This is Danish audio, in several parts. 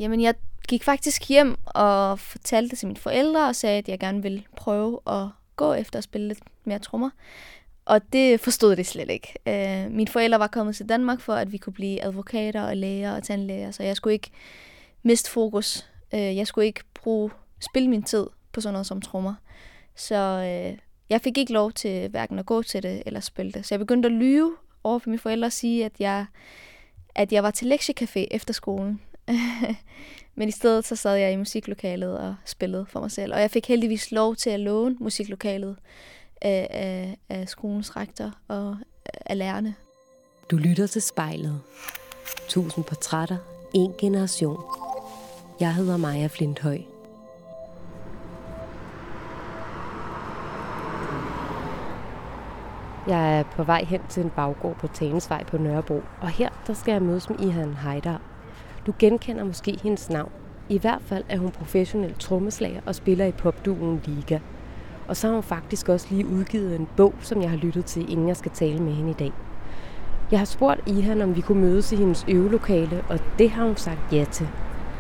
Jamen, jeg gik faktisk hjem og fortalte det til mine forældre og sagde, at jeg gerne ville prøve at gå efter at spille lidt mere trommer. Og det forstod de slet ikke. Mine forældre var kommet til Danmark for, at vi kunne blive advokater og læger og tandlæger, så jeg skulle ikke miste fokus. Jeg skulle ikke spille min tid på sådan noget som trommer. Så jeg fik ikke lov til hverken at gå til det eller spille det. Så jeg begyndte at lyve over for mine forældre og sige, at jeg var til lektiecafé efter skolen. Men i stedet så sad jeg i musiklokalet og spillede for mig selv. Og jeg fik heldigvis lov til at låne musiklokalet af skolens rektor og af lærerne. Du lytter til Spejlet. 1000 portrætter, en generation. Jeg hedder Maja Flinthøj. Jeg er på vej hen til en baggård på Tagensvej på Nørrebro, og her der skal jeg mødes med Ihan Haidar. Du genkender måske hendes navn. I hvert fald er hun professionel trommeslager og spiller i popduoen Liga. Og så har hun faktisk også lige udgivet en bog, som jeg har lyttet til, inden jeg skal tale med hende i dag. Jeg har spurgt Ihan, om vi kunne mødes i hendes øvelokale, og det har hun sagt ja til.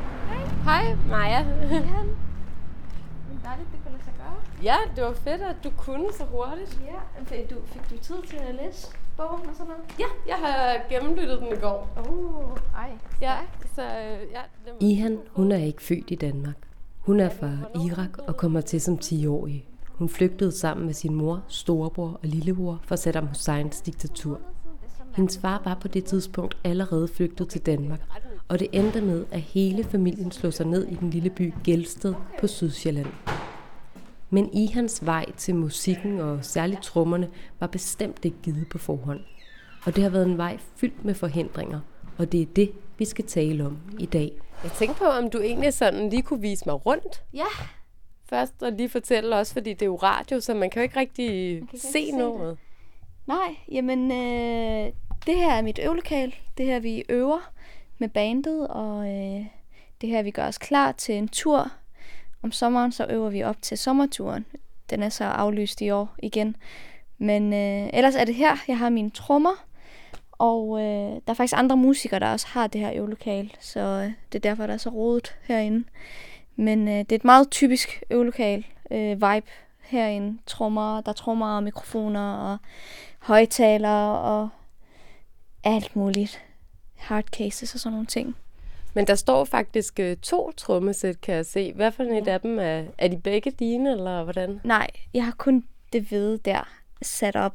Hej Maja. Ihan. Dejligt, det kunne lade sig gøre. Ja, det var fedt, at du kunne så hurtigt. Ja, fik du tid til at læse bogen og sådan noget? Ja, jeg har gennemlyttet den i går. Ja, så Ihan, hun er ikke født i Danmark. Hun er fra Irak og kommer til som 10-årig. Hun flygtede sammen med sin mor, storebror og lillebror fra Saddam Husseins diktatur. Hendes far var på det tidspunkt allerede flygtet til Danmark, og det endte med, at hele familien slog sig ned i den lille by Gelsted på Sydsjælland. Men Ihans vej til musikken og særligt trommerne var bestemt ikke givet på forhånd. Og det har været en vej fyldt med forhindringer, og det er det, vi skal tale om i dag. Jeg tænkte på, om du egentlig sådan lige kunne vise mig rundt. Ja. Først og lige fortælle også, fordi det er jo radio, så man kan jo ikke rigtig se noget. Nej, jamen det her er mit øvelokal. Det her vi øver med bandet, og det her vi gør os klar til en tur. Om sommeren så øver vi op til sommerturen. Den er så aflyst i år igen. Men ellers er det her, jeg har mine trommer. Og der er faktisk andre musikere, der også har det her øvelokal. Så det er derfor, der er så rodet herinde. Men det er et meget typisk øvelokal vibe herinde. Trommer, der er trommer og mikrofoner og højtalere og alt muligt. Hardcases og sådan nogle ting. Men der står faktisk 2 trommesæt, kan jeg se. Hvad for et af dem er de begge dine, eller hvordan? Nej, jeg har kun det hvide der sat op.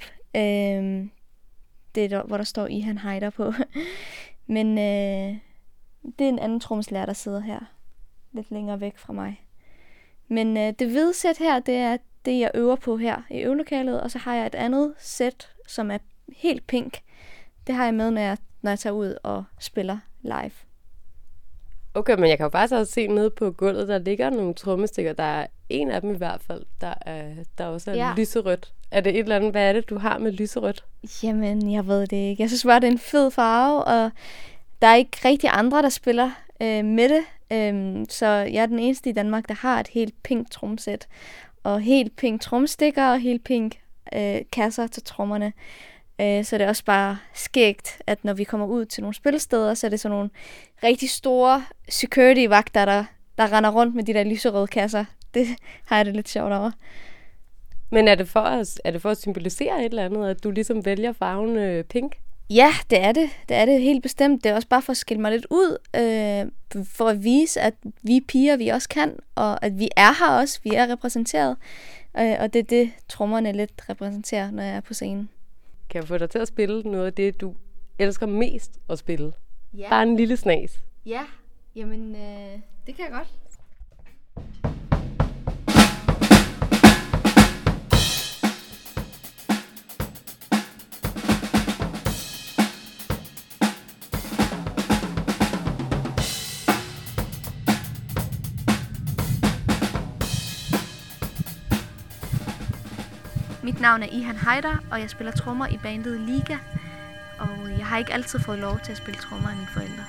Det er der, hvor der står Ihan Haidar på. Men det er en anden trommeslager, der sidder her. Lidt længere væk fra mig. Men det hvide sæt her, det er det, jeg øver på her i øvelokalet. Og så har jeg et andet sæt, som er helt pink. Det har jeg med, når jeg tager ud og spiller live. Okay, men jeg kan jo faktisk også se nede på gulvet, der ligger nogle trommestikker. Der er en af dem i hvert fald, der også er lyserødt. Er det et eller andet, hvad er det, du har med lyserødt? Jamen, jeg ved det ikke. Jeg synes bare, det er en fed farve, og der er ikke rigtig andre, der spiller med det. Så jeg er den eneste i Danmark, der har et helt pink trommesæt. Og helt pink trommestikker og helt pink kasser til trommerne. Så det er også bare skægt, at når vi kommer ud til nogle spillesteder, så er det sådan nogle rigtig store security-vagter, der render rundt med de der lyserøde kasser. Det har jeg det lidt sjovt over. Men er det for at symbolisere et eller andet, at du ligesom vælger farven pink? Ja, det er det. Det er det helt bestemt. Det er også bare for at skille mig lidt ud, for at vise, at vi piger, vi også kan, og at vi er her også, vi er repræsenteret. Og det er det, trommerne lidt repræsenterer, når jeg er på scenen. Kan jeg få dig til at spille noget af det, du elsker mest at spille? Ja. Bare en lille snas. Ja, jamen det kan jeg godt. Mit navn er Ihan Haidar, og jeg spiller trommer i bandet Liga. Og jeg har ikke altid fået lov til at spille trommer af mine forældre.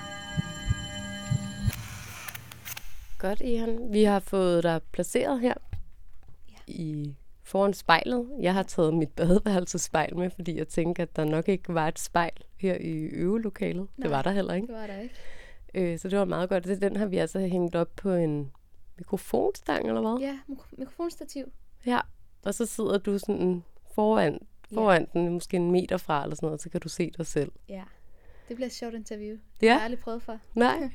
Godt, Ihan. Vi har fået dig placeret her foran spejlet. Jeg har taget mit badeværelsespejl med, fordi jeg tænker, at der nok ikke var et spejl her i øvelokalet. Nej, det var der heller ikke. Det var der ikke. Så det var meget godt. Den har vi altså hængt op på en mikrofonstang, eller hvad? Ja, mikrofonstativ. Ja, og så sidder du sådan foran den, måske 1 meter fra, eller sådan noget, så kan du se dig selv. Ja, det bliver et sjovt interview. Det Ja. har jeg aldrig prøvet før. Nej.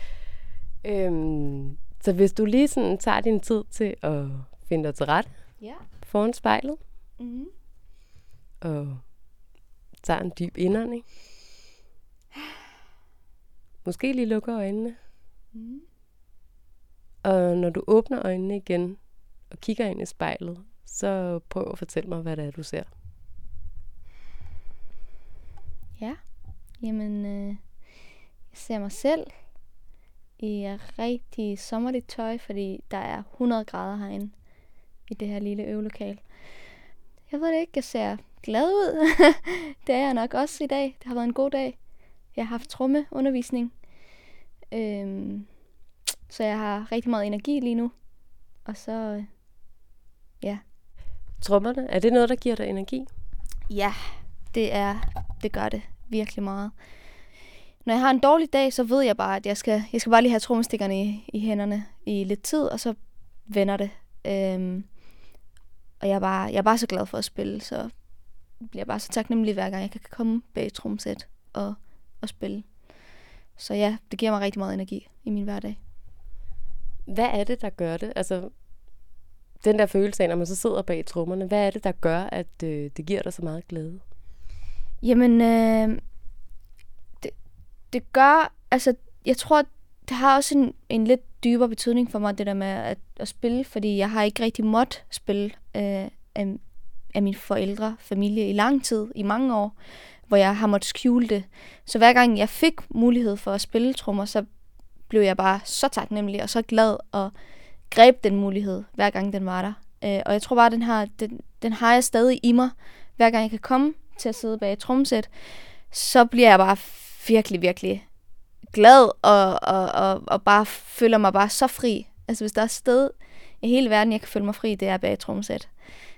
Så hvis du lige sådan tager din tid til at finde dig til ret foran spejlet, og tager en dyb indånding. Måske lige lukker øjnene. Og når du åbner øjnene igen og kigger ind i spejlet, så prøv at fortælle mig, hvad det er, du ser. Ja, jamen, jeg ser mig selv i rigtig sommerligt tøj, fordi der er 100 grader herinde i det her lille øvelokal. Jeg ved det ikke, jeg ser glad ud. Det er jeg nok også i dag. Det har været en god dag. Jeg har haft trommeundervisning. Så jeg har rigtig meget energi lige nu. Og så, ja. Trommerne, er det noget, der giver dig energi? Ja, det gør det virkelig meget. Når jeg har en dårlig dag, så ved jeg bare, at jeg skal bare lige have trommestikkerne i hænderne i lidt tid, og så vender det. Og jeg er bare så glad for at spille, så bliver jeg bare så taknemmelig, hver gang jeg kan komme bag et trommesæt og spille. Så ja, det giver mig rigtig meget energi i min hverdag. Hvad er det, der gør det? Altså, den der følelse af, når man så sidder bag trommerne, hvad er det, der gør, at det giver dig så meget glæde? Jamen, det gør, altså, jeg tror, det har også en lidt dybere betydning for mig, det der med at spille, fordi jeg har ikke rigtig måttet spille af mine forældre, familie i lang tid, i mange år, hvor jeg har måttet skjule det. Så hver gang jeg fik mulighed for at spille trommer, så blev jeg bare så taknemmelig og så glad og greb den mulighed, hver gang den var der. Og jeg tror bare, den har jeg stadig i mig. Hver gang jeg kan komme til at sidde bag et trommesæt, så bliver jeg bare virkelig, virkelig glad og bare føler mig bare så fri. Altså hvis der er et sted i hele verden, jeg kan føle mig fri, det er bag et trommesæt.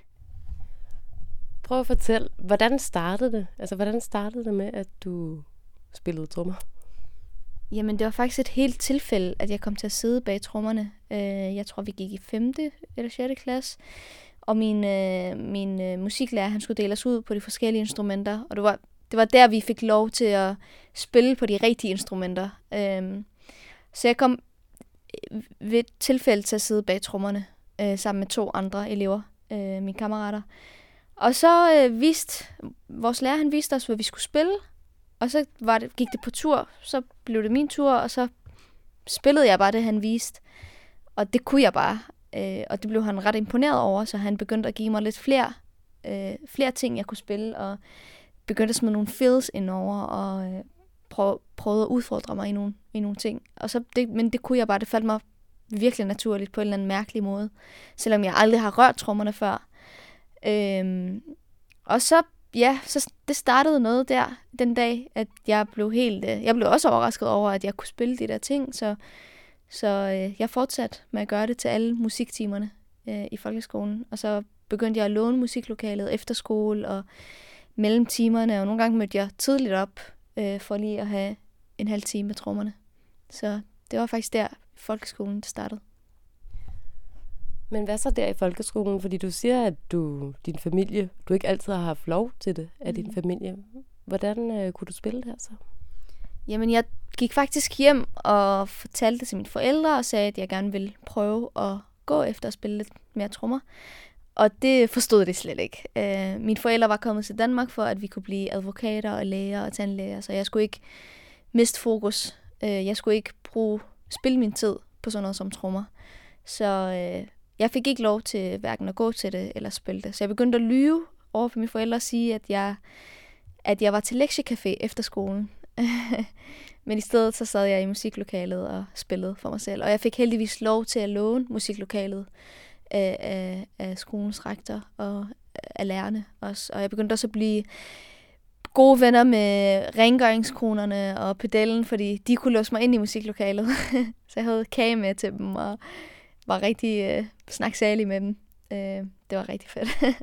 Prøv at fortælle, hvordan startede det? Altså hvordan startede det med, at du spillede trommer? Jamen det var faktisk et helt tilfælde, at jeg kom til at sidde bag trommerne. Jeg tror, vi gik i 5. eller 6. klasse. Og min musiklærer, han skulle dele os ud på de forskellige instrumenter. Og det var der, vi fik lov til at spille på de rigtige instrumenter. Så jeg kom ved et tilfælde til at sidde bag trommerne, sammen med 2 andre elever, mine kammerater. Og så viste vores lærer, han viste os, hvad vi skulle spille. Og så gik det på tur, så blev det min tur, og så spillede jeg bare det, han viste. Og det kunne jeg bare. Og det blev han ret imponeret over, så han begyndte at give mig lidt flere ting, jeg kunne spille, og begyndte at smide nogle fills indover, og prøvede at udfordre mig i nogle ting. Og så men det kunne jeg bare, det faldt mig virkelig naturligt på en eller anden mærkelig måde, selvom jeg aldrig har rørt trommerne før. Og så det startede noget der, den dag, at jeg blev også overrasket over, at jeg kunne spille de der ting, så jeg fortsatte med at gøre det til alle musiktimerne i folkeskolen, og så begyndte jeg at låne musiklokalet efter skole og mellem timerne, og nogle gange mødte jeg tidligt op for lige at have en halv time med trommerne. Så det var faktisk der i folkeskolen, det startede. Men hvad så der i folkeskolen? Fordi du siger, at din familie, du ikke altid har haft lov til det af din familie. Hvordan kunne du spille der så? Jamen, jeg gik faktisk hjem og fortalte det til mine forældre og sagde, at jeg gerne ville prøve at gå efter at spille lidt mere trommer. Og det forstod de slet ikke. Mine forældre var kommet til Danmark for, at vi kunne blive advokater og læger og tandlæger, så jeg skulle ikke miste fokus. Jeg skulle ikke spille min tid på sådan noget som trommer. Så jeg fik ikke lov til hverken at gå til det eller spille det. Så jeg begyndte at lyve over for mine forældre og sige, at jeg var til lektiecafé efter skolen. Men i stedet så sad jeg i musiklokalet og spillede for mig selv. Og jeg fik heldigvis lov til at låne musiklokalet af skolens rektor og af lærerne også. Og jeg begyndte også at blive gode venner med rengøringskronerne og pedellen, fordi de kunne låse mig ind i musiklokalet. Så jeg havde kage med til dem og var rigtig snaksalig med dem. Det var rigtig fedt.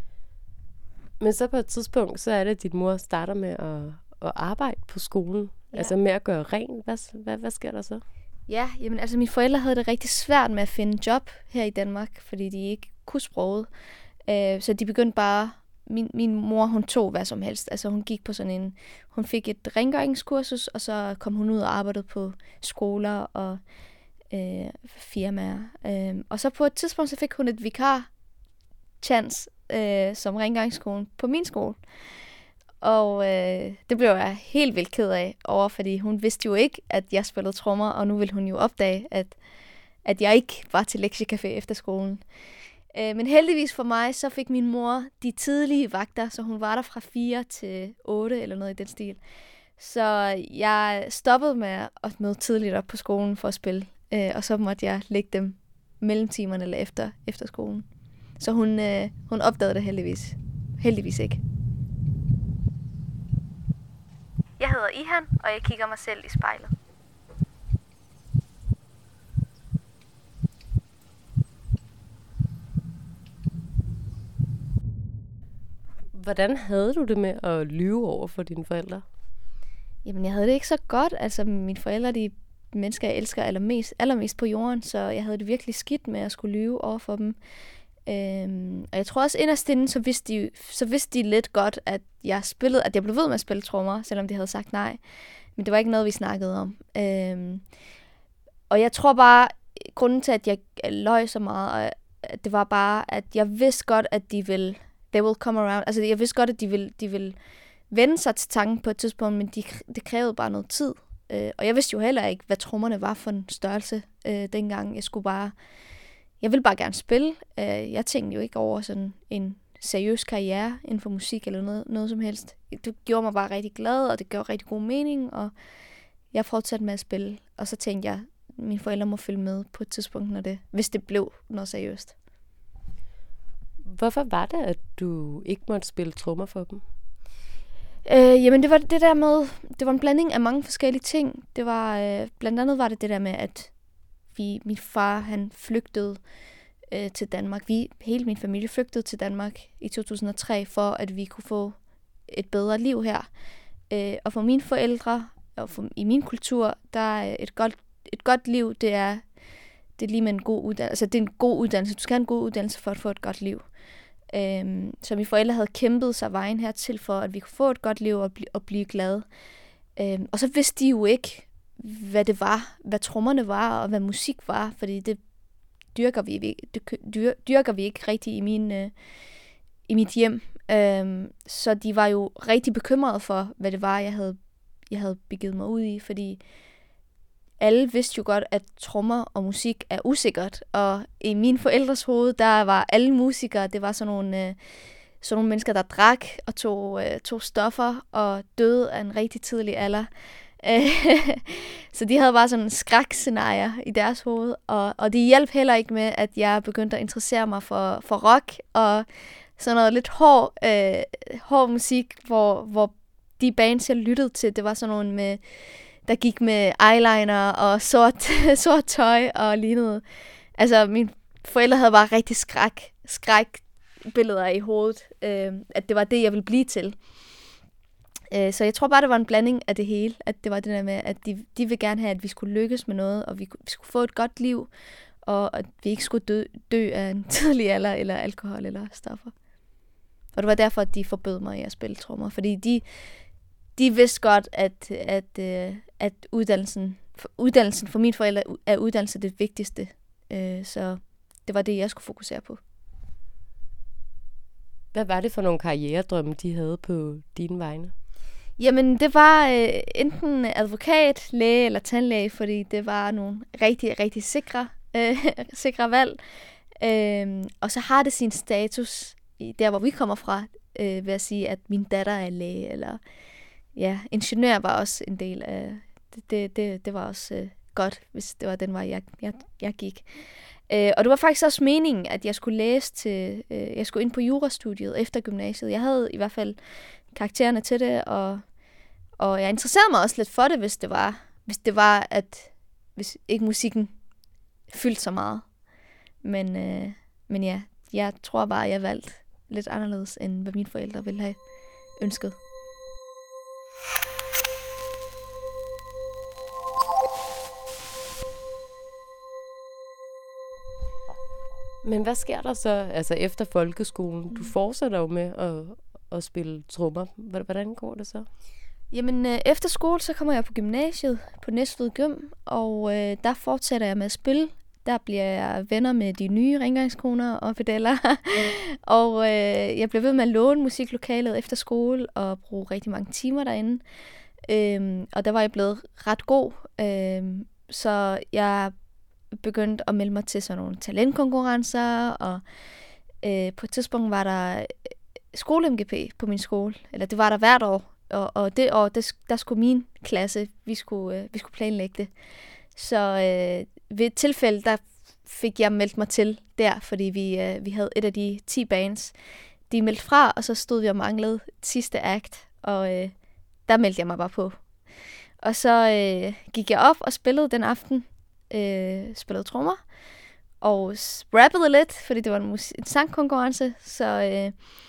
Men så på et tidspunkt, så er det, at din mor starter med at arbejde på skolen. Ja. Altså med at gøre rent. Hvad sker der så? Ja, jamen altså mine forældre havde det rigtig svært med at finde job her i Danmark, fordi de ikke kunne sproget. Så de begyndte bare, min mor, hun tog hvad som helst. Altså hun gik på hun fik et rengøringskursus, og så kom hun ud og arbejdede på skoler og firmaer. Og så på et tidspunkt, så fik hun et vikar-chance som rengøringsskole på min skole. Og det blev jeg helt vildt ked af over, fordi hun vidste jo ikke, at jeg spillede trommer, og nu ville hun jo opdage, at jeg ikke var til lektiecafé efter skolen. Men heldigvis for mig, så fik min mor de tidlige vagter, så hun var der fra 4 til 8 eller noget i den stil. Så jeg stoppede med at møde tidligt op på skolen for at spille, og så måtte jeg lægge dem mellemtimerne eller efter skolen. Så hun opdagede det heldigvis ikke. Jeg hedder Ihan, og jeg kigger mig selv i spejlet. Hvordan havde du det med at lyve over for dine forældre? Jamen, jeg havde det ikke så godt. Altså, mine forældre, de mennesker, jeg elsker allermest på jorden, så jeg havde det virkelig skidt med at skulle lyve over for dem. Og jeg tror også inderst inde, så vidste de lidt godt, at jeg blev ved med at spille trommer, selvom de havde sagt nej. Men det var ikke noget, vi snakkede om. Og jeg tror bare, grunden til, at jeg løj så meget, det var bare, at jeg vidste godt, at they will come around. Altså, jeg vidste godt, at de ville vende sig til tanken på et tidspunkt, men det krævede bare noget tid. Og jeg vidste jo heller ikke, hvad trommerne var for en størrelse dengang. Jeg ville bare gerne spille. Jeg tænkte jo ikke over sådan en seriøs karriere inden for musik eller noget som helst. Det gjorde mig bare rigtig glad, og det gjorde rigtig god mening, og jeg fortsatte med at spille. Og så tænkte jeg, at mine forældre må følge med på et tidspunkt, hvis det blev noget seriøst. Hvorfor var det, at du ikke måtte spille trommer for dem? Jamen det var det der med, det var en blanding af mange forskellige ting. Det var, blandt andet var det der med, at min far, han flygtede til Danmark. Hele min familie flygtede til Danmark i 2003, for at vi kunne få et bedre liv her. Og for mine forældre, og i min kultur, der er et godt liv, det er lige med en god uddannelse. Altså det er en god uddannelse. Du skal have en god uddannelse for at få et godt liv. Så mine forældre havde kæmpet sig vejen hertil for, at vi kunne få et godt liv og blive glade. Og så vidste de jo ikke, hvad det var, hvad trommerne var, og hvad musik var, fordi det dyrker vi ikke rigtig i mit hjem. Så de var jo rigtig bekymrede for, hvad det var, jeg havde begivet mig ud i, fordi alle vidste jo godt, at trommer og musik er usikkert, og i mine forældres hoved, der var alle musikere, det var sådan nogle mennesker, der drak og tog stoffer og døde af en rigtig tidlig alder. Så de havde bare sådan en skrækscenarier i deres hoved, og det hjalp heller ikke med, at jeg begyndte at interessere mig for rock og sådan noget lidt hård musik, hvor de bands, jeg lyttede til, det var sådan nogle der gik med eyeliner og sort tøj og lignede. Altså, mine forældre havde bare rigtig skrækbilleder i hovedet, at det var det, jeg ville blive til. Så jeg tror bare, det var en blanding af det hele, at det var det der med, at de ville gerne have, at vi skulle lykkes med noget, og vi skulle få et godt liv, og at vi ikke skulle dø af en tidlig alder, eller alkohol, eller stoffer. Og det var derfor, at de forbød mig i at spille trommer, fordi de vidste godt, at uddannelsen for mine forældre er uddannelse det vigtigste. Så det var det, jeg skulle fokusere på. Hvad var det for nogle karrieredrømme, de havde på dine vegne? Jamen, det var enten advokat, læge eller tandlæge, fordi det var nogle rigtig, rigtig sikre valg. Og så har det sin status der, hvor vi kommer fra, ved at sige, at min datter er læge, eller ja, ingeniør var også en del af det var også godt, hvis det var den vej, jeg gik. Og det var faktisk også meningen, at jeg skulle jeg skulle ind på jurastudiet efter gymnasiet. Jeg havde i hvert fald karaktererne til det, og jeg interesserede mig også lidt for det, hvis ikke musikken fyldte så meget. Men ja, jeg tror bare, jeg valgte lidt anderledes, end hvad mine forældre ville have ønsket. Men hvad sker der så altså efter folkeskolen? Du fortsætter jo med at spille trommer. Hvordan går det så? Jamen, efter skole, så kommer jeg på gymnasiet på Næstved Gym, og der fortsætter jeg med at spille. Der bliver jeg venner med de nye rengøringskoner og pedeller. Og jeg bliver ved med at låne musiklokalet efter skole og bruge rigtig mange timer derinde. Og der var jeg blevet ret god. Så jeg begyndte at melde mig til sådan nogle talentkonkurrencer. Og på et tidspunkt var der skole-MGP på min skole. Eller det var der hvert år. Og det år, der skulle min klasse, vi skulle planlægge det. Så ved et tilfælde, der fik jeg meldt mig til der, fordi vi havde et af de 10 bands. De meldte fra, og så stod vi og manglede sidste act, og der meldte jeg mig bare på. Og så gik jeg op og spillede den aften, spillede trommer, og rappede lidt, fordi det var en sangkonkurrence. Så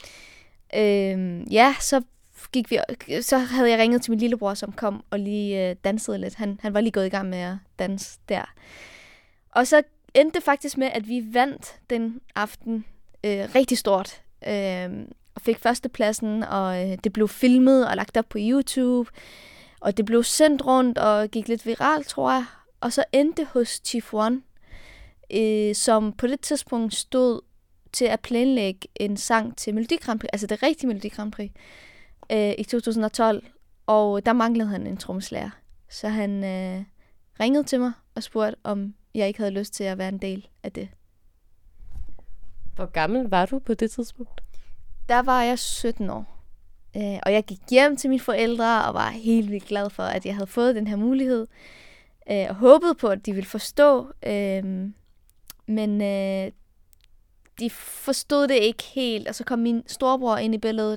så havde jeg ringet til min lillebror, som kom og lige dansede lidt. Han var lige gået i gang med at danse der. Og så endte det faktisk med, at vi vandt den aften rigtig stort. Og fik førstepladsen, og det blev filmet og lagt op på YouTube. Og det blev sendt rundt og gik lidt viralt, tror jeg. Og så endte hos Chief One, som på det tidspunkt stod til at planlægge en sang til Melodi Grand Prix, altså det rigtige Melodi Grand Prix, i 2012, og der manglede han en trommeslager. Så han ringede til mig og spurgte, om jeg ikke havde lyst til at være en del af det. Hvor gammel var du på det tidspunkt? Der var jeg 17 år. Og jeg gik hjem til mine forældre og var helt vildt glad for, at jeg havde fået den her mulighed. Og håbede på, at de ville forstå. Men de forstod det ikke helt. Og så kom min storebror ind i billedet,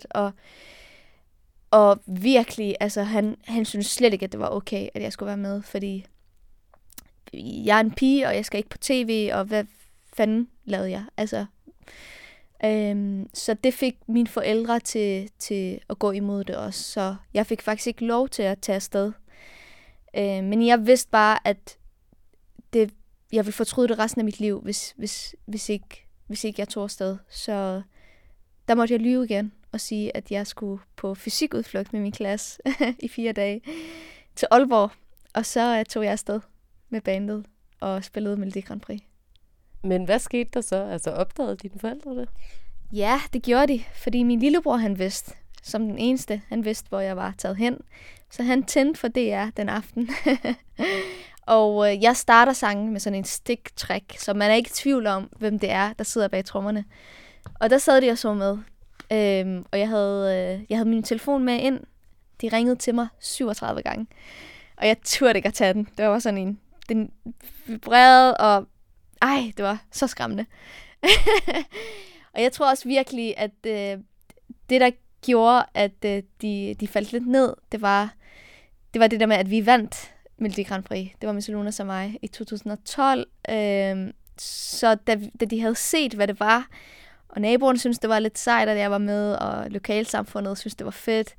og virkelig, altså han synes slet ikke, at det var okay, at jeg skulle være med, fordi jeg er en pige, og jeg skal ikke på tv, og hvad fanden lavede jeg? Altså, så det fik mine forældre til at gå imod det også, så jeg fik faktisk ikke lov til at tage afsted. Men jeg vidste bare, at jeg ville fortryde det resten af mit liv, hvis ikke jeg tog afsted. Så der måtte jeg lyve igen og sige, at jeg skulle på fysikudflugt med min klasse i 4 dage til Aalborg. Og så tog jeg afsted med bandet og spillede Melodi Grand Prix. Men hvad skete der så? Altså opdagede dine forældre det? Ja, det gjorde de, fordi min lillebror, han vidste, som den eneste, han vidste, hvor jeg var taget hen. Så han tændte for DR den aften. Og jeg starter sangen med sådan en stick-track, så man er ikke i tvivl om, hvem det er, der sidder bag trommerne. Og der sad de og så med. Og jeg havde min telefon med ind. De ringede til mig 37 gange. Og jeg turde ikke at tage den. Det var sådan den vibrerede, og det var så skræmmende. Og jeg tror også virkelig, at det, der gjorde, at de faldt lidt ned, det var det der med, at vi vandt Melodi Grand Prix. Det var med Seluna og mig i 2012. Så da de havde set, hvad det var, og naboerne syntes, det var lidt sejt, at jeg var med, og lokalsamfundet syntes, det var fedt,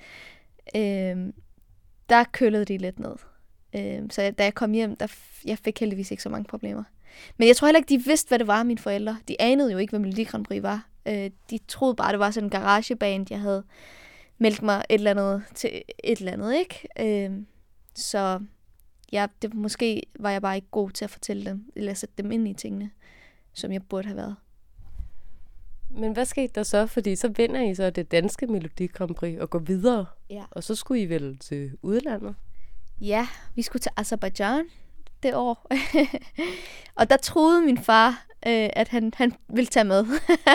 der kølede de lidt ned. Så da jeg kom hjem, jeg fik heldigvis ikke så mange problemer. Men jeg tror heller ikke, de vidste, hvad det var, mine forældre. De anede jo ikke, hvad Melodi Grand Prix var. De troede bare, det var sådan en garageband, jeg havde meldt mig et eller andet til et eller andet, ikke? Så ja, måske var jeg bare ikke god til at fortælle dem, eller sætte dem ind i tingene, som jeg burde have været. Men hvad skete der så? Fordi så vinder I så det danske Melodi Grand Prix og går videre. Ja. Og så skulle I vel til udlandet? Ja, vi skulle til Aserbajdsjan det år. Og der troede min far, at han ville tage med.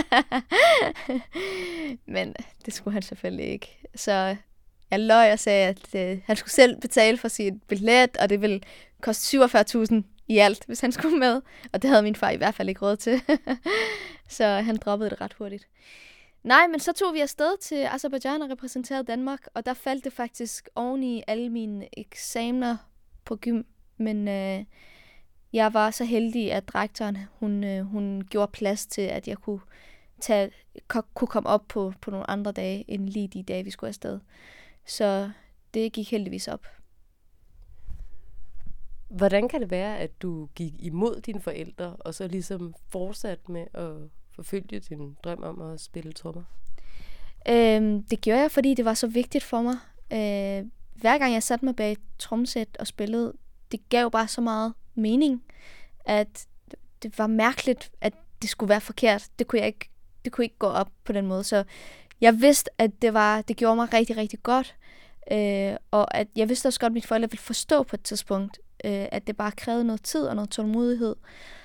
Men det skulle han selvfølgelig ikke. Så jeg løj og sagde, at han skulle selv betale for sit billet, og det ville koste 47.000 i alt, hvis han skulle med. Og det havde min far i hvert fald ikke råd til. Så han droppede det ret hurtigt. Nej, men så tog vi afsted til Aserbajdsjan og repræsenterede Danmark, og der faldt det faktisk oven i alle mine eksamener på gym. Men jeg var så heldig, at rektoren, hun gjorde plads til, at jeg kunne komme op på nogle andre dage, end lige de dage, vi skulle afsted. Så det gik heldigvis op. Hvordan kan det være, at du gik imod dine forældre, og så ligesom fortsatte med at forfølge din drøm om at spille trommer? Det gjorde jeg, fordi det var så vigtigt for mig. Hver gang jeg satte mig bag et tromsæt og spillede, det gav bare så meget mening, at det var mærkeligt, at det skulle være forkert. Det kunne ikke gå op på den måde. Så jeg vidste, at det gjorde mig rigtig, rigtig godt. Og at jeg vidste også godt, at mine forældre ville forstå på et tidspunkt, at det bare krævede noget tid og noget tålmodighed.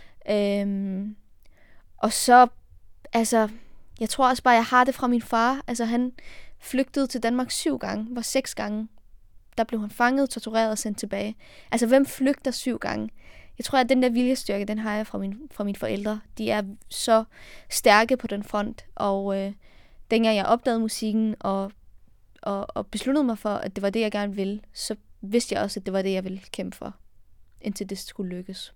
Og så, altså, jeg tror også bare, jeg har det fra min far. Altså, han flygtede til Danmark 7 gange, hvor 6 gange, der blev han fanget, tortureret og sendt tilbage. Altså, hvem flygter 7 gange? Jeg tror, at den der viljestyrke, den har jeg fra mine forældre. De er så stærke på den front, og dengang jeg opdagede musikken og besluttede mig for, at det var det, jeg gerne ville, så vidste jeg også, at det var det, jeg ville kæmpe for, indtil det skulle lykkes.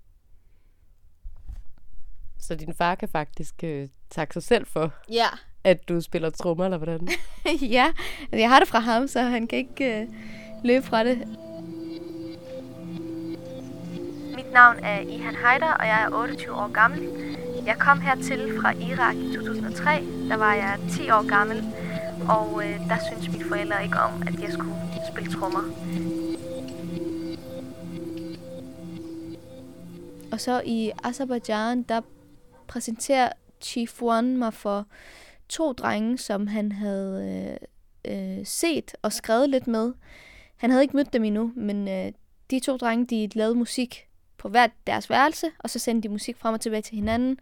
Så din far kan faktisk takke sig selv for, ja, at du spiller trommer, eller hvordan? Ja, altså jeg har det fra ham, så han kan ikke løbe fra det. Mit navn er Ihan Haider, og jeg er 28 år gammel. Jeg kom hertil fra Irak i 2003. Der var jeg 10 år gammel, og der syntes mine forældre ikke om, at jeg skulle spille trommer. Og så i Aserbajdsjan, der præsenterer Chief One mig for 2 drenge, som han havde set og skrevet lidt med. Han havde ikke mødt dem endnu, men de 2 drenge, de lavede musik på hvert deres værelse, og så sendte de musik frem og tilbage til hinanden.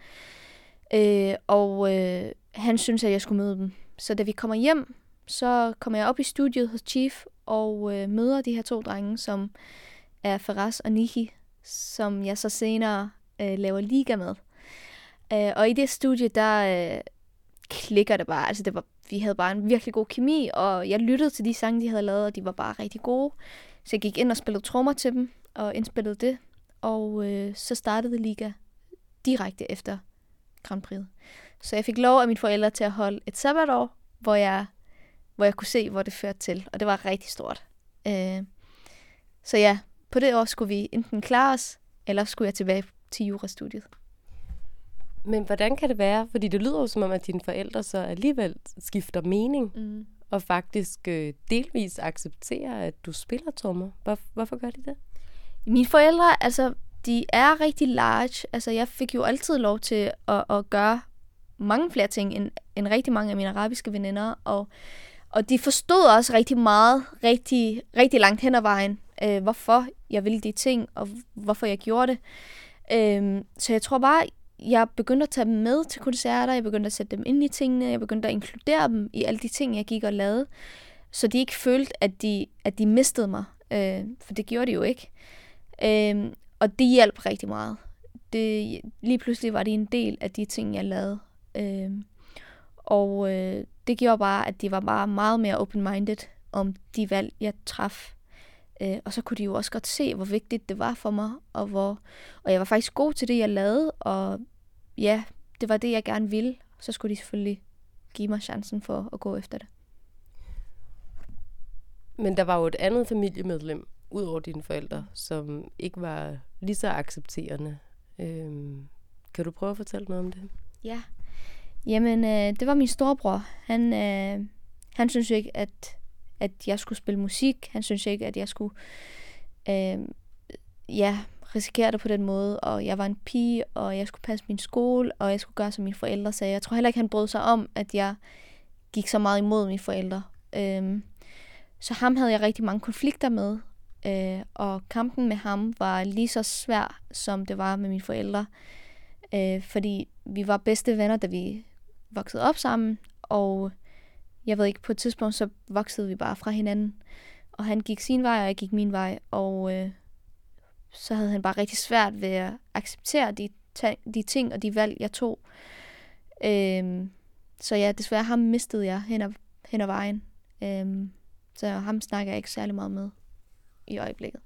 Han syntes, at jeg skulle møde dem. Så da vi kommer hjem, så kommer jeg op i studiet hos Chief og møder de her 2 drenge, som er Faraz og Nihi, som jeg så senere laver liga med. Og i det studie, der klikker det bare. Altså vi havde bare en virkelig god kemi, og jeg lyttede til de sange, de havde lavet, og de var bare rigtig gode. Så jeg gik ind og spillede trommer til dem, og indspillede det. Og så startede liga direkte efter Grand Prix. Så jeg fik lov af mine forældre til at holde et sabbatår, hvor jeg kunne se, hvor det førte til. Og det var rigtig stort. Så ja, på det år skulle vi enten klare os, eller skulle jeg tilbage til jurastudiet. Men hvordan kan det være? Fordi det lyder jo som om, at dine forældre så alligevel skifter mening, og faktisk delvis accepterer, at du spiller trommer. Hvorfor gør de det? Mine forældre, altså, de er rigtig large. Altså, jeg fik jo altid lov til at gøre mange flere ting, end rigtig mange af mine arabiske veninder. Og de forstod også rigtig meget, rigtig, rigtig langt hen ad vejen, hvorfor jeg ville de ting, og hvorfor jeg gjorde det. Så jeg tror bare, jeg begyndte at tage dem med til koncerter, jeg begyndte at sætte dem ind i tingene, jeg begyndte at inkludere dem i alle de ting, jeg gik og lavede, så de ikke følte, at de mistede mig, for det gjorde de jo ikke. Og det hjalp rigtig meget. Lige pludselig var det en del af de ting, jeg lavede. Det gjorde bare, at de var bare meget mere open-minded om de valg, jeg traf. Og så kunne de jo også godt se, hvor vigtigt det var for mig, og jeg var faktisk god til det, jeg lavede, og ja, det var det, jeg gerne ville. Så skulle de selvfølgelig give mig chancen for at gå efter det. Men der var jo et andet familiemedlem, ud over dine forældre, som ikke var lige så accepterende. Kan du prøve at fortælle noget om det? Ja. Jamen, det var min storebror. Han synes ikke, at jeg skulle spille musik. Han synes ikke, at jeg skulle risikere det på den måde. Og jeg var en pige, og jeg skulle passe min skole, og jeg skulle gøre, som mine forældre sagde. Jeg tror heller ikke, han brød sig om, at jeg gik så meget imod mine forældre. Så ham havde jeg rigtig mange konflikter med. Og kampen med ham var lige så svær, som det var med mine forældre. Fordi vi var bedste venner, da vi voksede op sammen. Og jeg ved ikke, på et tidspunkt, så voksede vi bare fra hinanden. Og han gik sin vej, og jeg gik min vej. Og så havde han bare rigtig svært ved at acceptere de ting og de valg, jeg tog. Så ja, desværre ham mistede jeg hen ad vejen. Så ham snakker jeg ikke særlig meget med i øjeblikket.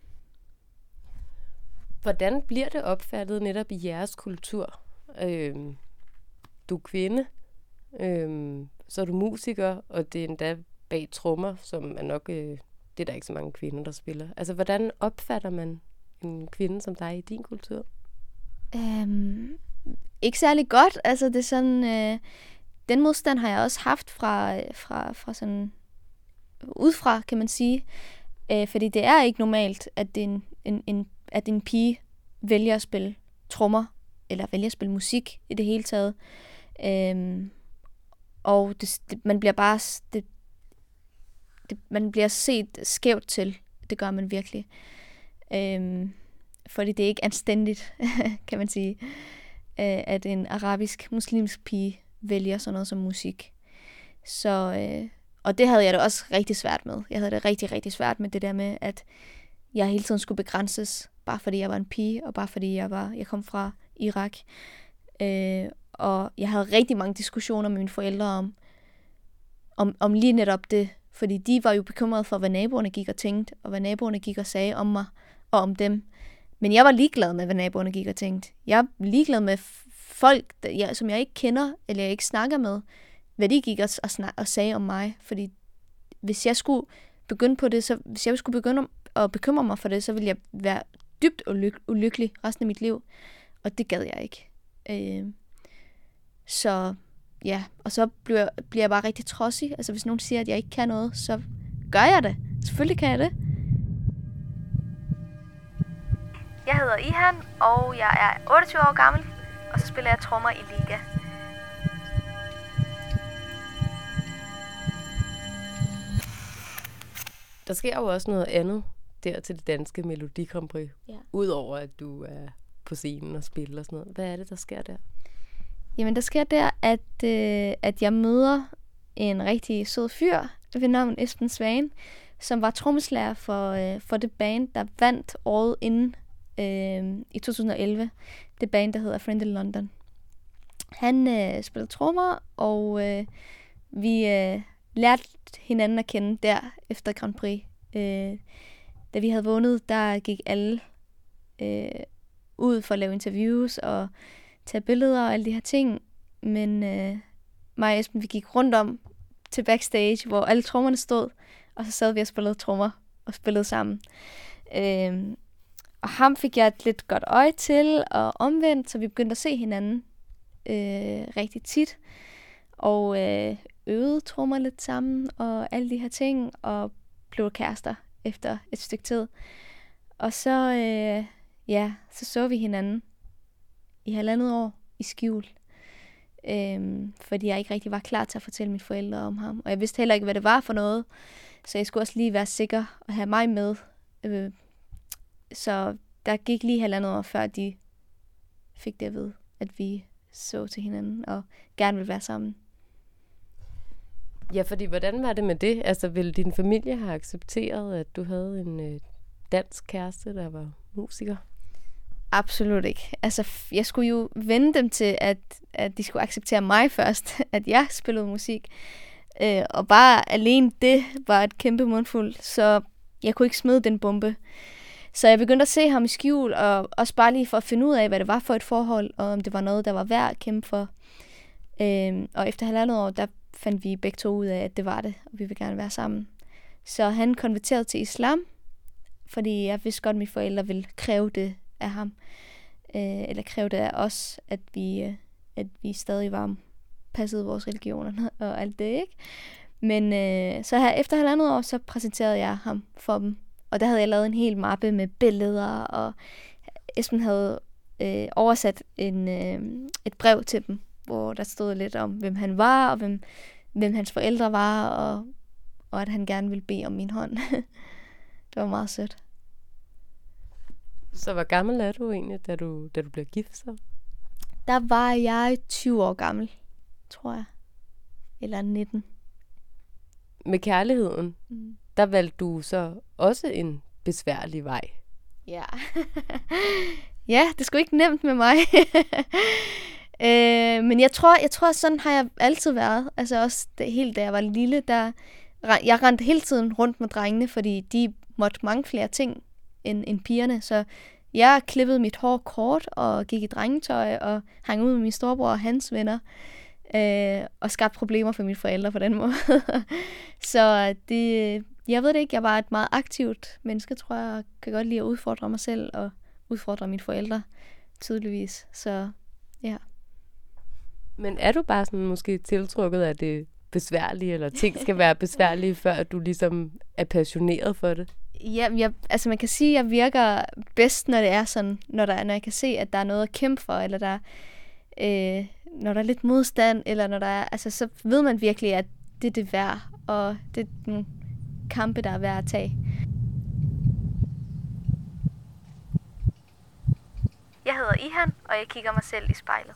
Hvordan bliver det opfattet netop i jeres kultur? Du er kvinde, så er du musiker, og det er endda bag trommer, som er nok, det er der ikke så mange kvinder, der spiller. Altså, hvordan opfatter man en kvinde som dig i din kultur? Ikke særlig godt. Altså det er sådan, den modstand har jeg også haft fra sådan udefra, kan man sige. Fordi det er ikke normalt, at at en pige vælger at spille trommer, eller vælger at spille musik i det hele taget. Og man bliver bare man bliver set skævt til. Det gør man virkelig. Fordi det er ikke anstændigt, kan man sige, at en arabisk muslimsk pige vælger sådan noget som musik. Så, og det havde jeg da også rigtig svært med. Jeg havde det rigtig, rigtig svært med det der med, at jeg hele tiden skulle begrænses, bare fordi jeg var en pige, og bare fordi jeg kom fra Irak. Og jeg havde rigtig mange diskussioner med mine forældre om lige netop det, fordi de var jo bekymrede for, hvad naboerne gik og tænkte, og hvad naboerne gik og sagde om mig og om dem. Men jeg var ligeglad med, hvad naboerne gik og tænkte. Jeg er ligeglad med folk, som jeg ikke kender, eller jeg ikke snakker med, hvad de gik og sagde om mig. Fordi hvis jeg skulle begynde på det, hvis jeg skulle begynde at bekymre mig for det, så ville jeg være dybt ulykkelig resten af mit liv. Og det gad jeg ikke. Så ja, og så bliver jeg bare rigtig trodsig. Altså hvis nogen siger, at jeg ikke kan noget, så gør jeg det. Selvfølgelig kan jeg det. Jeg hedder Ihan, og jeg er 28 år gammel, og så spiller jeg trommer i Liga. Der sker jo også noget andet der til det danske Melodi Grand Prix. Ja. Udover at du er på scenen og spiller og sådan noget. Hvad er det, der sker der? Jamen, der sker der, at jeg møder en rigtig sød fyr ved navn Esben Svane, som var trommeslager for det band, der vandt året inden i 2011. Det band, der hedder Friend in London. Han spillede trommer, og vi lærte hinanden at kende der efter Grand Prix. Da vi havde vundet, der gik alle ud for at lave interviews og tage billeder og alle de her ting. Men mig og Esben, vi gik rundt om til backstage, hvor alle trommerne stod, og så sad vi og spillede trommer og spillede sammen. Og ham fik jeg et lidt godt øje til, og omvendt, så vi begyndte at se hinanden rigtig tit. Og øvede trommer lidt sammen, og alle de her ting, og blev kærester efter et stykke tid. Og så, så vi hinanden i 1,5 år i skjul. Fordi jeg ikke rigtig var klar til at fortælle mine forældre om ham. Og jeg vidste heller ikke, hvad det var for noget. Så jeg skulle også lige være sikker og have mig med. Så der gik lige 1,5 år, før de fik det at vide, at vi så til hinanden og gerne ville være sammen. Ja, fordi hvordan var det med det? Altså, ville din familie have accepteret, at du havde en dansk kæreste, der var musiker? Absolut ikke. Altså, jeg skulle jo vende dem til, at de skulle acceptere mig først, at jeg spillede musik. Og bare alene det var et kæmpe mundfuld, så jeg kunne ikke smide den bombe. Så jeg begyndte at se ham i skjul, og også bare lige for at finde ud af, hvad det var for et forhold, og om det var noget, der var værd at kæmpe for. Og efter 1,5 år, der fandt vi begge to ud af, at det var det, og vi ville gerne være sammen. Så han konverterede til islam, fordi jeg vidste godt, at mine forældre ville kræve det af ham. Eller kræve det af os, at vi stadig var passede vores religioner og alt det, ikke? Men så her efter 1,5 år, så præsenterede jeg ham for dem. Og der havde jeg lavet en hel mappe med billeder, og Esben havde oversat et brev til dem, hvor der stod lidt om, hvem han var, og hvem hans forældre var, og at han gerne ville bede om min hånd. Det var meget sødt. Så hvor gammel er du egentlig, da du blev gift så? Der var jeg 20 år gammel, tror jeg. Eller 19. Med kærligheden, der valgte du så også en besværlig vej. Ja. Ja, det skulle ikke nemt med mig. Men jeg tror, sådan har jeg altid været. Altså også helt da jeg var lille, jeg rendte hele tiden rundt med drengene, fordi de måtte mange flere ting end pigerne. Så jeg klippede mit hår kort og gik i drengetøj og hang ud med min storebror og hans venner. Og skabte problemer for mine forældre på den måde. Så Jeg ved det ikke, jeg var et meget aktivt menneske, tror jeg, og kan godt lide at udfordre mig selv og udfordre mine forældre, tydeligvis. Så ja. Men er du bare sådan måske tiltrukket af det besværlige, eller ting skal være besværlige, før du ligesom er passioneret for det? Ja, altså man kan sige, at jeg virker bedst, når det er sådan, når jeg kan se, at der er noget at kæmpe for, eller når der er lidt modstand, eller når der er, altså så ved man virkelig, at det er det værd, og det er nogle kampe, der er værd at tage. Jeg hedder Ihan, og jeg kigger mig selv i spejlet.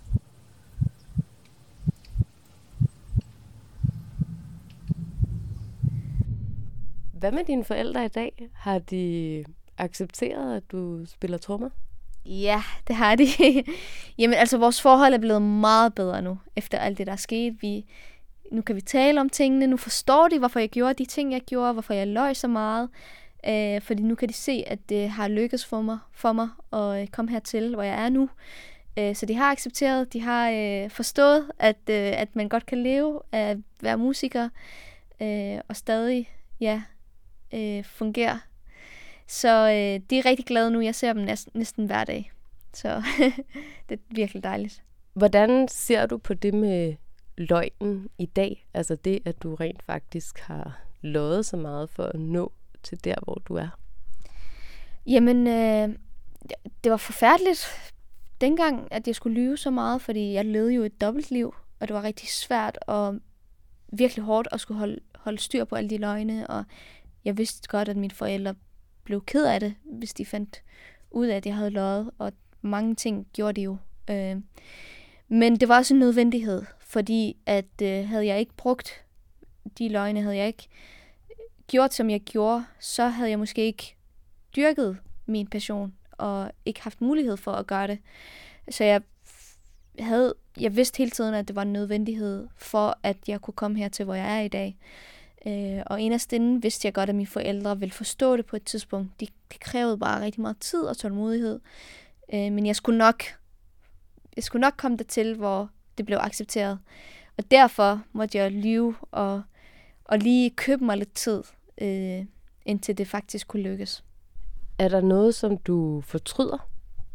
Hvad med dine forældre i dag? Har de accepteret, at du spiller trommer? Ja, det har de. Jamen altså, vores forhold er blevet meget bedre nu, efter alt det, der er sket. Nu kan vi tale om tingene, nu forstår de, hvorfor jeg gjorde de ting, jeg gjorde, hvorfor jeg løj så meget. Fordi nu kan de se, at det har lykkes for mig at komme hertil, hvor jeg er nu. Så de har accepteret, de har forstået, at man godt kan leve af at være musiker, og stadig fungere. Så de er rigtig glade nu. Jeg ser dem næsten hver dag. Så det er virkelig dejligt. Hvordan ser du på det med løgnen i dag? Altså det, at du rent faktisk har løjet så meget for at nå til der, hvor du er? Jamen, det var forfærdeligt dengang, at jeg skulle lyve så meget, fordi jeg levede jo et dobbeltliv, og det var rigtig svært og virkelig hårdt at skulle holde styr på alle de løgne, og jeg vidste godt, at mine forældre blev ked af det, hvis de fandt ud af, at jeg havde løjet, og mange ting gjorde de jo. Men det var også en nødvendighed, fordi at havde jeg ikke brugt de løgne, havde jeg ikke gjort, som jeg gjorde, så havde jeg måske ikke dyrket min passion, og ikke haft mulighed for at gøre det. Så jeg vidste hele tiden, at det var en nødvendighed for, at jeg kunne komme her til, hvor jeg er i dag. Og inderst inde vidste jeg godt, at mine forældre ville forstå det på et tidspunkt. Det krævede bare rigtig meget tid og tålmodighed. Men jeg skulle nok komme dertil, hvor det blev accepteret. Og derfor måtte jeg lyve og lige købe mig lidt tid, indtil det faktisk kunne lykkes. Er der noget, som du fortryder?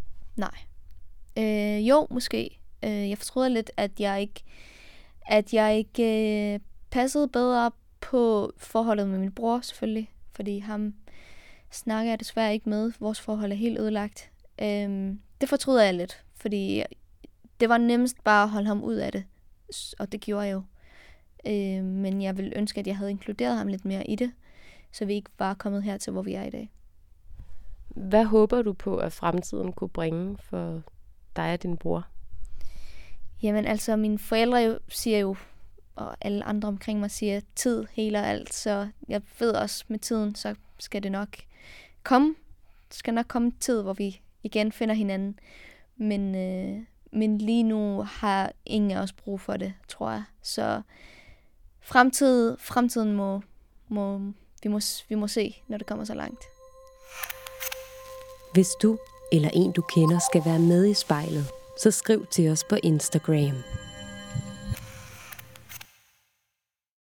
Nej. Jo, måske. Jeg fortryder lidt, at jeg ikke passede bedre på forholdet med min bror, selvfølgelig. Fordi ham snakker jeg desværre ikke med. Vores forhold er helt ødelagt. Det fortryder jeg lidt, fordi det var nemmest bare at holde ham ud af det. Og det gjorde jeg jo. Men jeg ville ønske, at jeg havde inkluderet ham lidt mere i det, så vi ikke var kommet her til, hvor vi er i dag. Hvad håber du på, at fremtiden kunne bringe for dig og din bror? Jamen altså, mine forældre siger jo, og alle andre omkring mig siger, tid heler alt. Så jeg ved også, med tiden, så skal det nok komme. Det skal nok komme en tid, hvor vi igen finder hinanden. Men lige nu har ingen af os brug for det, tror jeg. Så fremtiden vi må se, når det kommer så langt. Hvis du eller en, du kender, skal være med i spejlet, så skriv til os på Instagram.